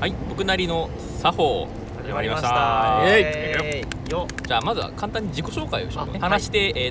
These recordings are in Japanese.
はい、僕なりの作法始まりました。じゃあまずは簡単に自己紹介をしようね。話して、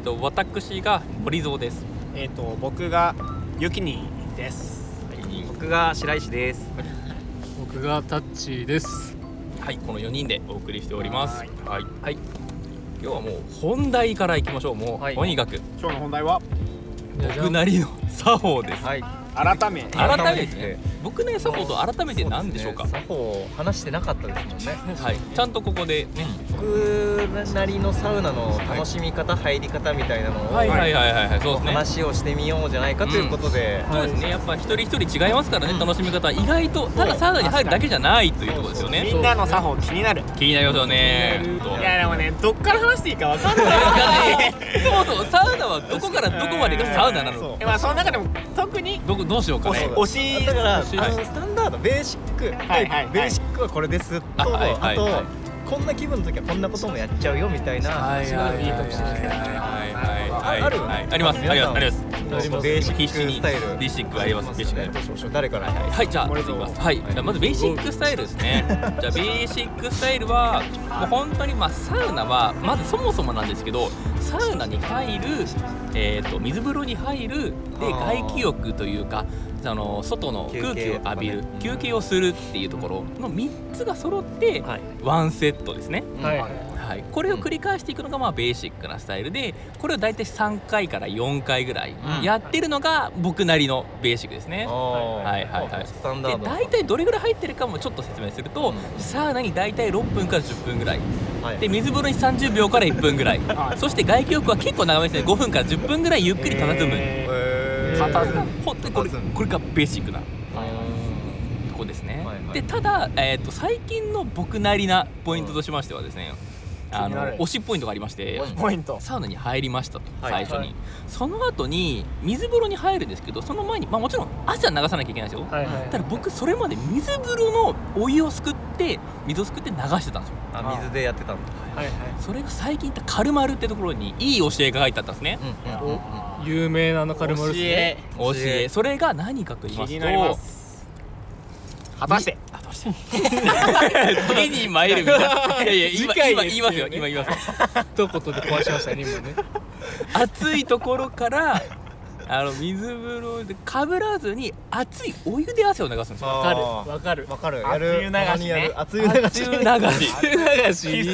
私が森蔵です。 僕がゆきにです。 僕が白石です。 僕がタッチーです。 はい、この4人でお送りしております。はい、はい、今日はもう本題からいきましょう。もう、とにかく今日の本題は僕なりの作法です。 はい、 改めてね、僕なりの作法と改めて何でしょうか。 作法を話してなかったですもんね。 はい、ちゃんとここでね、 僕なりのサウナの楽しみ方、入り方みたいなのを話をしてみようじゃないかということで、 そうですね。やっぱ一人一人違いますからね、楽しみ方は意外とただサウナに入るだけじゃないというところですよね。 みんなの作法気になる。 気になりますよね。 いやでもね、どっから話していいか分かんない。 そうサウナはどこからどこまでがサウナなのか。 まあその中でも特にどうしようかね。 推しだからスタンダードベーシック、ベーシックはこれですと、あとこんな気分の時はこんなこともやっちゃうよみたいな、 いいかもしれない。 あるよね。 あります。 ベーシックスタイル。 ベーシックあります。ベーシック。 誰から。 はい、じゃあいきます。はい、じゃあまずベーシックスタイルですね。じゃあベーシックスタイルはもう本当にサウナはまずそもそもなんですけど、サウナに入る、水風呂に入るで外気浴というか、外の空気を浴びる、休憩をするっていうところの3つが揃ってワンセットですね。はい、これを繰り返していくのがベーシックなスタイルで、これを大体3回から4回ぐらいやってるのが僕なりのベーシックですね。で大体どれぐらい入ってるかもちょっと説明すると、サウナに大体6分から10分ぐらいで、水風呂に30秒から1分ぐらい、そして外気浴は結構長めですね。5分から10分ぐらいゆっくり佇む。本当にこれがベーシックなとこですね。でただ、最近の僕なりなポイントとしましてはですね、推しポイントがありまして、サウナに入りましたと最初に、その後に水風呂に入るんですけど、その前にもちろん汗は流さなきゃいけないですよ。ただ僕それまで水風呂のお湯をすくって水をすくって流してたんですよ。 水でやってたんだ。 それが最近行ったカルマルってところにいい教えが書いてあったんですね。 有名なカルマルですね。 教え、それが何かと言いますと、 果たして次に参るみたいな。今言いますよ。今言います。 一言で壊しましたね今ね。 熱いところから水風呂でかぶらずに熱いお湯で汗を流すんですよ。 わかる。 やる。 熱湯流し。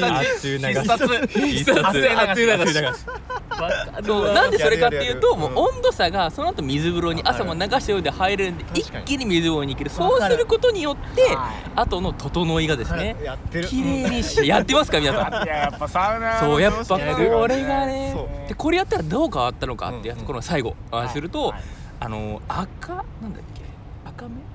なんでそれかっていうと、もう温度差がその後水風呂に朝も流したようで入れるんで、一気に水風呂に行ける。そうすることによって後の整いがですね、綺麗にしてやってますか皆さん。 やっぱサウナそう、やっぱこれがね、でこれやったらどう変わったのかっていうところが最後すると、なんだっけ、赤目、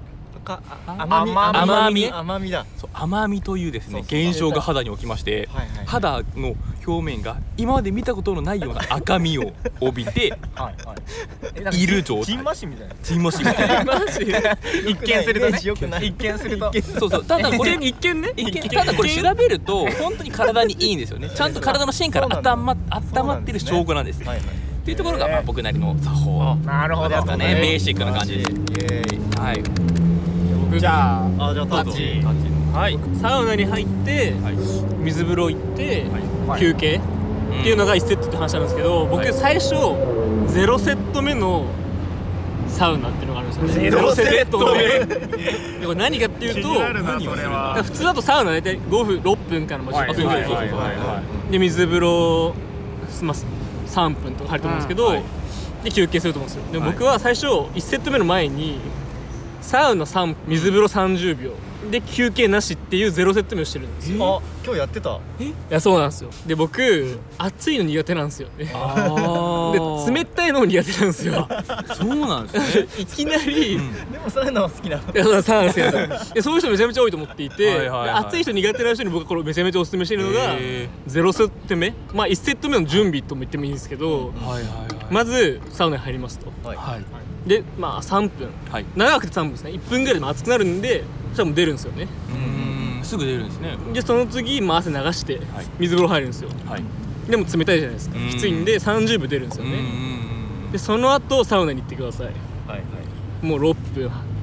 甘みだ。 そう、甘みというですね現象が肌に起きまして、肌の表面が今まで見たことのないような赤みを帯びている状態。 ジンマシンみたいな。 一見するとね。一見すると。 そう。ただこれただこれ調べると本当に体にいいんですよね。ちゃんと体の芯から温まってる証拠なんです。っていうところが僕なりの作法。 なるほどですかね。ベーシックな感じです。はい。 じゃあタッチ。はい。サウナに入って水風呂行って休憩っていうのが1セットって話なんですけど、僕最初0セット目のサウナっていうのがあるんですよね。0セット目。でこれ何かっていうと、普通だとサウナ大体5分6分から10分ぐらいで、水風呂3分とか入ると思うんですけど、で休憩すると思うんですよ。で僕は最初1セット目の前にサウナ3、水風呂30秒で休憩なしっていう0セット目をしてるんですよ。 今日やってた。 いやそうなんですよ。で僕暑いの苦手なんですよね。で冷たいのも苦手なんですよ。 そうなんですね。 いきなり、 でもサウナは好きなの。 いやサウナ好きなんですよ。そういう人めちゃめちゃ多いと思っていて、暑い人苦手な人に僕はこれめちゃめちゃおすすめしてるのが0セット目、1セット目の準備とも言ってもいいんですけど、まずサウナに入りますと。で3分、長くて3分ですね。1分ぐらいでも熱くなるんで、そしたらもう出るんですよね。 すぐ出るんですね。 でその次、汗流して水風呂入るんですよ。でも冷たいじゃないですか。きついんで30分出るんですよね。でその後サウナに行ってください。もう6分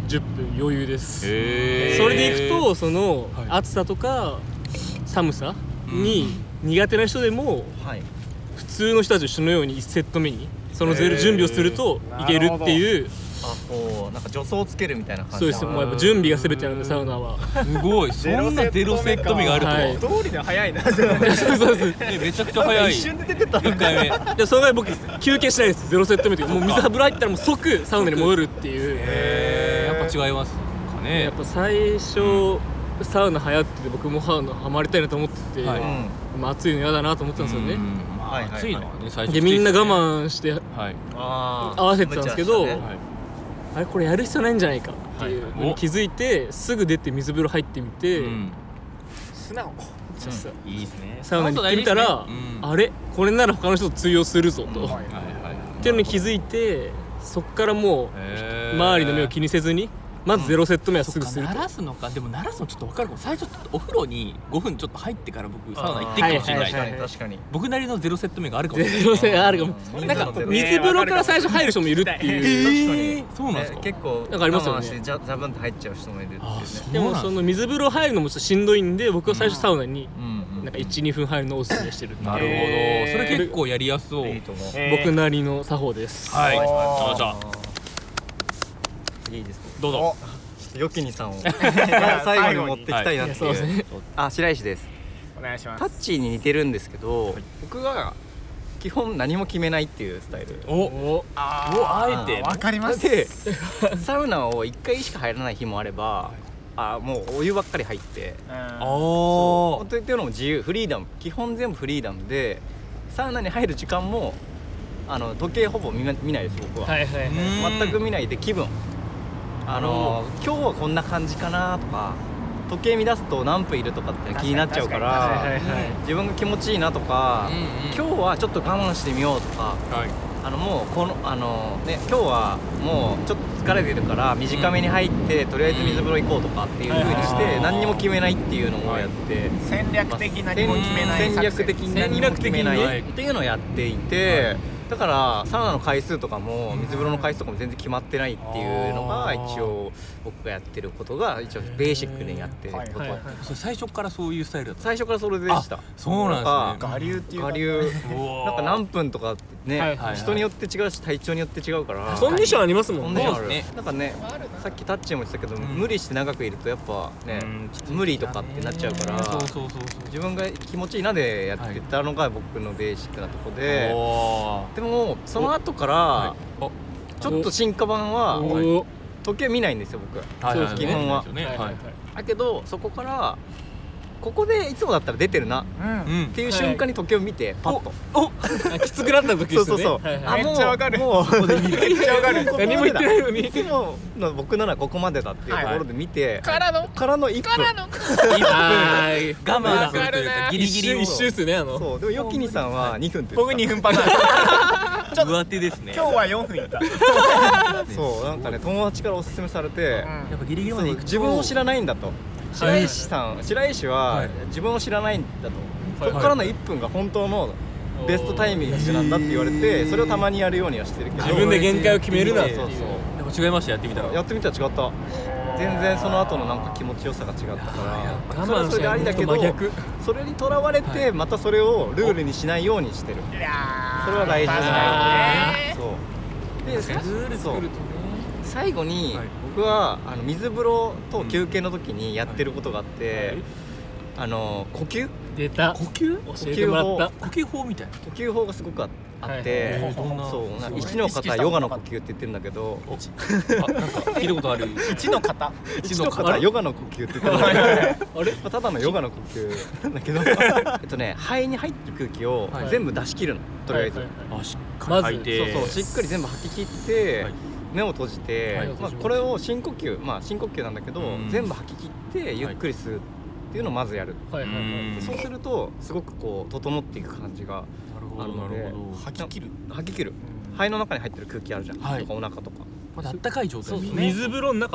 10分余裕です。 へーそれでいくとそのはい暑さとか寒さに苦手な人でもはい普通の人たちと一緒のように1セット目にその準備をするといけるっていう。 あこうなんか助走をつけるみたいな感じ。 そうです。もうやっぱ準備が全てなんでサウナは。 すごいそんなゼロセット目があるとは、 はい通りで早いなそうそうそう。 めちゃくちゃ早い。 一瞬で出てた 1回目でその前僕休憩しないです。0セット目というかもう水風呂入ったらもう即サウナに戻るっていう。 やっぱ違いますかね。 やっぱ最初サウナ流行ってて僕もサウナハマりたいなと思ってて、 はいまあ暑いの嫌だなと思ってたんですよね。 まあはいはいはい暑いのはね最初でみんな我慢してはいあ合わせてたんですけど、 無茶したねはいあれこれやる必要ないんじゃないかっていうのに気づいてすぐ出て水風呂入ってみて、 うん素直いいですね。 サウナに行ってみたら、 うんあれこれなら他の人と通用するぞと、 はいはいはいっていうのに気づいてそっからもう周りの目を気にせずにまず0セット目はすぐすると。 慣らすのか。でも慣らすのちょっと分かるかも。最初ちょっとお風呂に5分ちょっと入ってから僕サウナ行っていくかもしれない、 はいはいはい確かに僕なりのゼロセット目があるかもしれない。 0セットあるかも。 うんなんかみんなの水風呂から最初入る人もいるっていう。 確かにそうなんですか。 結構なんかありますよね我慢してジャブンって入っちゃう人もいるっていうねあそうでもその水風呂入るのもちょっとしんどいんで僕は最初サウナにうんなんか 1,2 分入るのをおすすめしてるっていうなるほど。それ結構やりやすそう。 いいと思う僕なりの作法です。 はい。 おーじゃあ次いいですかどうぞ。 よきにさんを最後に持ってきたいなっていうそうですね。 あ白石ですお願いしますタッチーに似てるんですけど僕が基本何も決めないっていうスタイルおあえてわかりますでサウナを1回しか入らない日もあればもうお湯ばっかり入ってお本当にっていうのも自由フリーダム基本全部フリーダムでサウナに入る時間も時計ほぼ見ないです僕は、 はいはいはい。 全く見ないで気分今日はこんな感じかなとか時計見出すと何分いるとかって気になっちゃうか確らはいはいはい。 自分が気持ちいいなとか、今日はちょっと我慢してみようとかはいもう今日はもうちょっと疲れてるから短めに入ってとりあえず水風呂行こうとかっていう風にして何にも決めないっていうのをやって戦略的な何も決めない戦略的に何も決めない戦略的にっていうのをやっていてだからサウナの回数とかも水風呂の回数とかも全然決まってないっていうのが一応僕がやってることが一応ベーシックにやってることはいはいそれ最初からそういうスタイルだった。 最初からそれでしたそうなんですね。 我流っていうか我流おーなんか何分とかね、 はいはい人によって違うし体調によって違うからコンディションありますもんねコンディションあるそうですねなんかねさっきタッチも言ってたけど、無理して長くいるとやっぱね、 うん無理とかってなっちゃうからそうそうそう自分が気持ちいいなでやってたのが僕のベーシックなとこで、 おでもその後からはいおちょっと進化版はおー時計見ないんですよ僕はいはいはい基本はねはいだけどそこからここでいつもだったら出てるなうんっていう瞬間に時計を見てパッとあきつくなった時ですよね。 そうそうそうはいはいめっちゃわかるもうめっちゃわかるここまでだ何も言ってないのにいつもの僕ならここまでだっていうところで見てからのからの1分あー我慢するというかギリギリを一周っすねそうでもヨキニさんは2分って僕2分パターン上手ですね。 今日は4分いったそうなんかね友達からおすすめされてやっぱギリギリまで行くと自分を知らないんだと白石は自分を知らないんだとはいここからの1分が本当のベストタイミングなんだって言われてそれをたまにやるようにはしてるけど自分で限界を決めるなっていうそうそうやっぱ違いましたやってみたら。 やってみたら違った全然その後のなんか気持ちよさが違ったからそれはそれでありだけど真逆それにとらわれてまたそれをルールにしないようにしてるいやーそれは大事確だかにねそうでルール作るとね。 最後にはい僕は水風呂と休憩の時にやってることがあって呼吸出た呼吸？ 教えてもらった呼吸法みたいな。 呼吸法がすごくあって、 はいどんなそうすごい一の方ヨガの呼吸って言ってるんだけどあなんか聞いたことある。 一の方一の方あれヨガの呼吸って言ってるんだけどあれまあただのヨガの呼吸なんだけど肺に入ってる空気をはい全部出し切るのとりあえず、 はいはいはいあしっかり吐いて。 そうそうしっかり全部吐き切って、 はい目を閉じて、 はいまあ、これを深呼吸深呼吸なんだけど、 うん全部吐き切ってゆっくり吸うっていうのをまずやる、 はいはいはいうんそうするとすごくこう整っていく感じがなるほどなるほど。 吐き切る吐き切る肺の中に入ってる空気あるじゃん、 はいとかお腹とかまだあったかい状態ですね。 水風呂の中で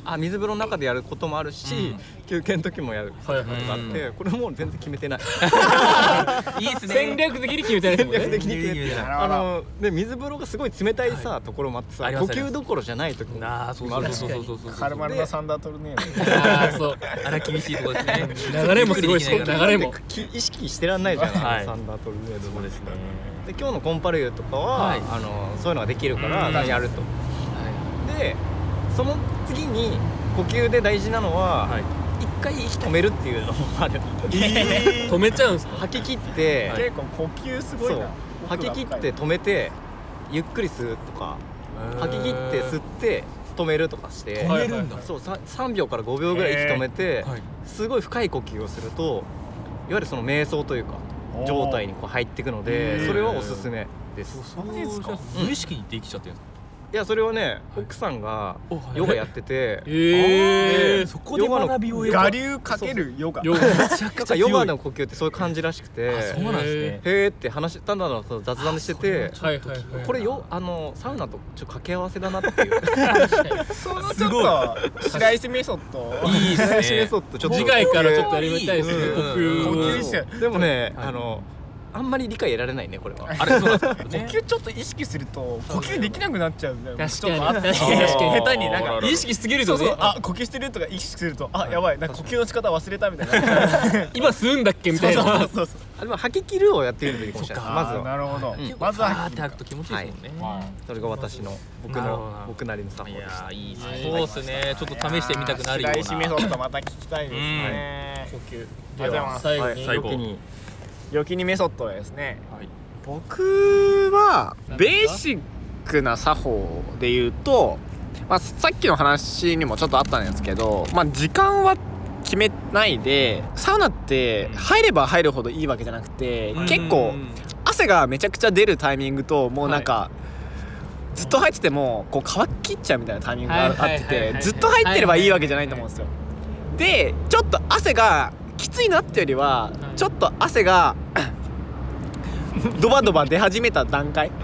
水風呂の中でやることもあるし、休憩の時もやることがあって、これもう全然決めてないいいっすね。 戦略的に決めてないですもんね。 戦略的に決めてない。で水風呂がすごい冷たいさところもあってさ、呼吸どころじゃない時もあるし、 カルマルのサンダートルネード。 ああそう。 あら厳しいところですね。 流れもすごいし、流れも意識してらんないじゃん、サンダートルネードもですね。で今日のコンパル湯とかはそういうのができるからやると。でその次に呼吸で大事なのは一回息止めるっていうのもある。 止めちゃうんですか？ 吐き切って結構呼吸すごいな。 吐き切って止めてゆっくり吸うとか、吐き切って吸って止めるとかして、 止めるんだ。 そう3秒から5秒ぐらい息止めてすごい深い呼吸をすると、いわゆるその瞑想というか状態にこう入っていくので、それはおすすめです。 そうですか。無意識にできちゃってるんですか？ いやそれはね、奥さんがヨガやってて、 そこで学びを得る。 我流かけるヨガ。 ヨガの呼吸ってそういう感じらしくて、 そうなんですね。 へーって話ただの雑談でしてて、これサウナとちょっと掛け合わせだなっていう。 そのちょっと白石メソッド。 いいですね。 白石メソッドちょっと次回からちょっとやりたいですね。呼吸してでもねあんまり理解得られないねこれは。 あれそうなんですか。 呼吸ちょっと意識すると呼吸できなくなっちゃうんだよ。 確かに下手になんか意識しすぎるとね。 呼吸してるとか意識するとやばい、なんか呼吸の仕方忘れたみたいな。 今吸うんだっけみたいな。 そうでも吐き切るをやってみるといいかもしれない。まずはなるほど。 まずはって吐くと気持ちいいですもんね。 それが私の僕なりの作法でした。 いいですね。そうですね。ちょっと試してみたくなるような。 白石メソッドまた聞きたいですね。呼吸。 では最後にヨキニメソッドはですね、僕はベーシックな作法で言うと、さっきの話にもちょっとあったんですけど、時間は決めないで、サウナって入れば入るほどいいわけじゃなくて、結構汗がめちゃくちゃ出るタイミングと、もうなんかずっと入っててもこう乾きっちゃうみたいなタイミングがあってて、ずっと入ってればいいわけじゃないと思うんですよ。でちょっと汗がきついなってよりは、ちょっと汗がドバドバ出始めた段階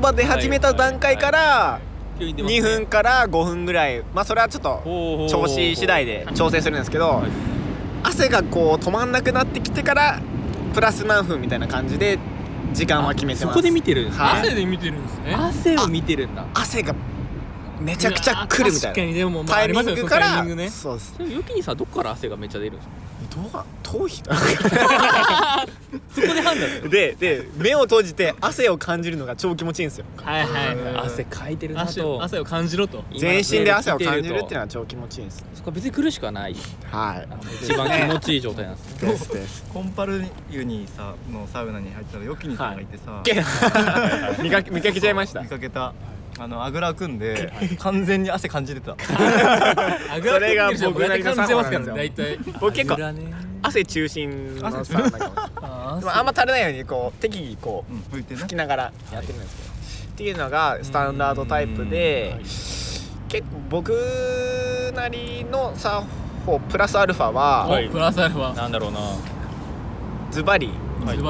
から2分から5分ぐらい、それはちょっと調子次第で調整するんですけど、汗がこう止まんなくなってきてからプラス何分みたいな感じで時間は決めてます。 そこで見てるんですね。 汗で見てるんですね。 汗を見てるんだ。 汗がめちゃくちゃ来るみたいな。 確かにでもタイミングから。 そうです。 ヨキニさんどっから汗がめっちゃ出るんですか？ 頭皮そこで判断で目を閉じて汗を感じるのが超気持ちいいんですよ。 汗かいてるなと。 汗を感じろと。 全身で汗を感じるっていうのは超気持ちいいんです。 そこは別に苦しくはない。一番気持ちいい状態なんですね。 コンパル湯にさのサウナに入ったらヨキニさんがいてさ、 見かけちゃいました。 見かけた。あぐら組んで完全に汗感じてた。 それが僕なりの作法なんですよ。 大体僕結構汗中心のサウナかもしれない。でもあんま垂れないようにこう適宜こう吹きながらやってるんですけど、っていうのがスタンダードタイプで、結構僕なりの作法プラスアルファはプラスアルファなんだろうな。 ズバリ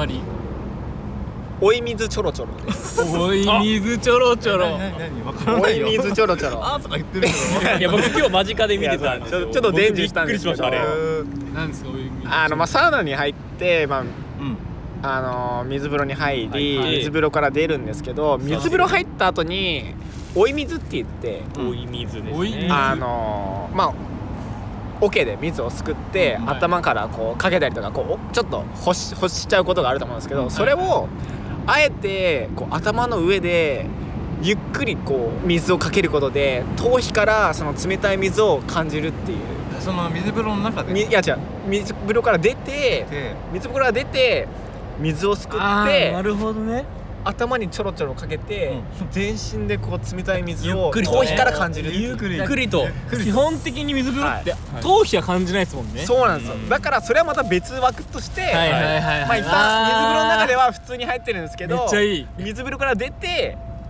追い水ちょろちょろです。 追い水ちょろちょろ。 追い水ちょろちょろ。 とか言ってるけど。 いや僕今日間近で見てたんですよ。 ちょっと伝授したんですけど。 なんですか追い水。 サウナに入って水風呂に入り、水風呂から出るんですけど、水風呂入った後に追い水って言って、 追い水ですね。 桶で水をすくって頭からこうかけたりとか、こうちょっと干しちゃうことがあると思うんですけど、それをあえてこう頭の上でゆっくりこう水をかけることで、頭皮からその冷たい水を感じるっていう。 その水風呂の中で？ いや違う、水風呂から出て水をすくって、 なるほどね。 頭にちょろちょろかけて、全身でこう冷たい水を頭皮から感じる。 ゆっくりと。 基本的に水風呂って頭皮は感じないですもんね。 そうなんですよ。だからそれはまた別枠として、一旦水風呂の中では普通に入ってるんですけど、 めっちゃいい。 水風呂から出て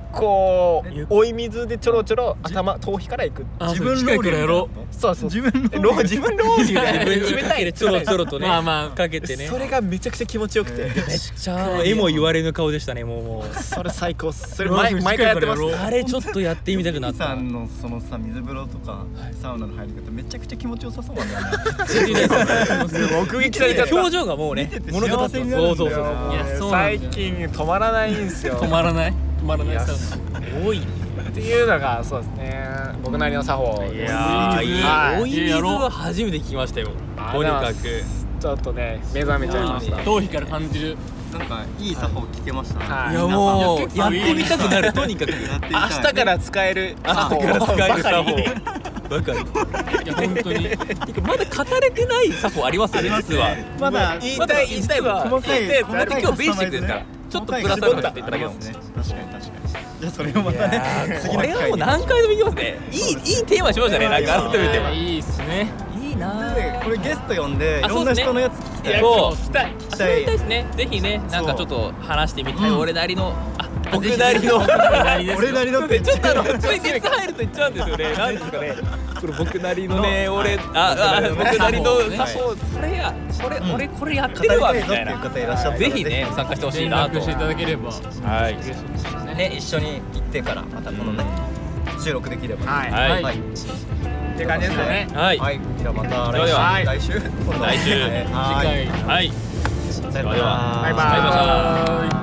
こう追い水でちょろちょろ頭皮から行く。 自分ロウリュやろう。 そう自分ロロウリュで自分だけでちょろちょろとねまあまあかけてね。 それがめちゃくちゃ気持ちよくて、 めっちゃ絵も言われぬ顔でしたね。もうそれ最高っす。それ毎回やってます。 あれちょっとやってみたくなった。 さんのそのさ水風呂とかサウナの入り方めちゃくちゃ気持ちよさそうなんだよね。 目撃されちゃった。 表情がもうね物語ってます。そうそうそう。 いやそう最近止まらないんですよ。 止まらないサウナ多いっていうのがそうですね、僕なりの作法です。 いやーいい、追い水は初めて聞きましたよ。とにかくちょっとね目覚めちゃいました。 頭皮から感じる。 なんかいい作法聞けましたね。 はい、 いやもうやってみたくなる。とにかく明日から使える明日から使える作法ばかり。 いや本当にまだ語れてない作法ありますよね。実はまだ言いたいは細かい今日ベーシックですからちょっとプラスアルファしていただけますね。 確かにじゃあそれをまたねこれはもう何回でもいきますね。いいテーマしましたね。なんか改めていいっすね。 いいなこれゲスト呼んでいろんな人のやつ聞きたい。 そう聞きたい。 それですね。ぜひねなんかちょっと話してみたい。俺なりの僕なりの俺なりのってちょっとつい熱入ると言っちゃうんですよね。なんですかね。これ僕なりのね僕なりの作法これやってるわみたいな。ぜひね参加してほしいなと。 連絡していただければね一緒に行ってからまたこのね収録できれば。 はい。 って感じですね。 はい。 じゃあまた来週来週次回はい。 さよなら。 バイバイ。 バイバイ。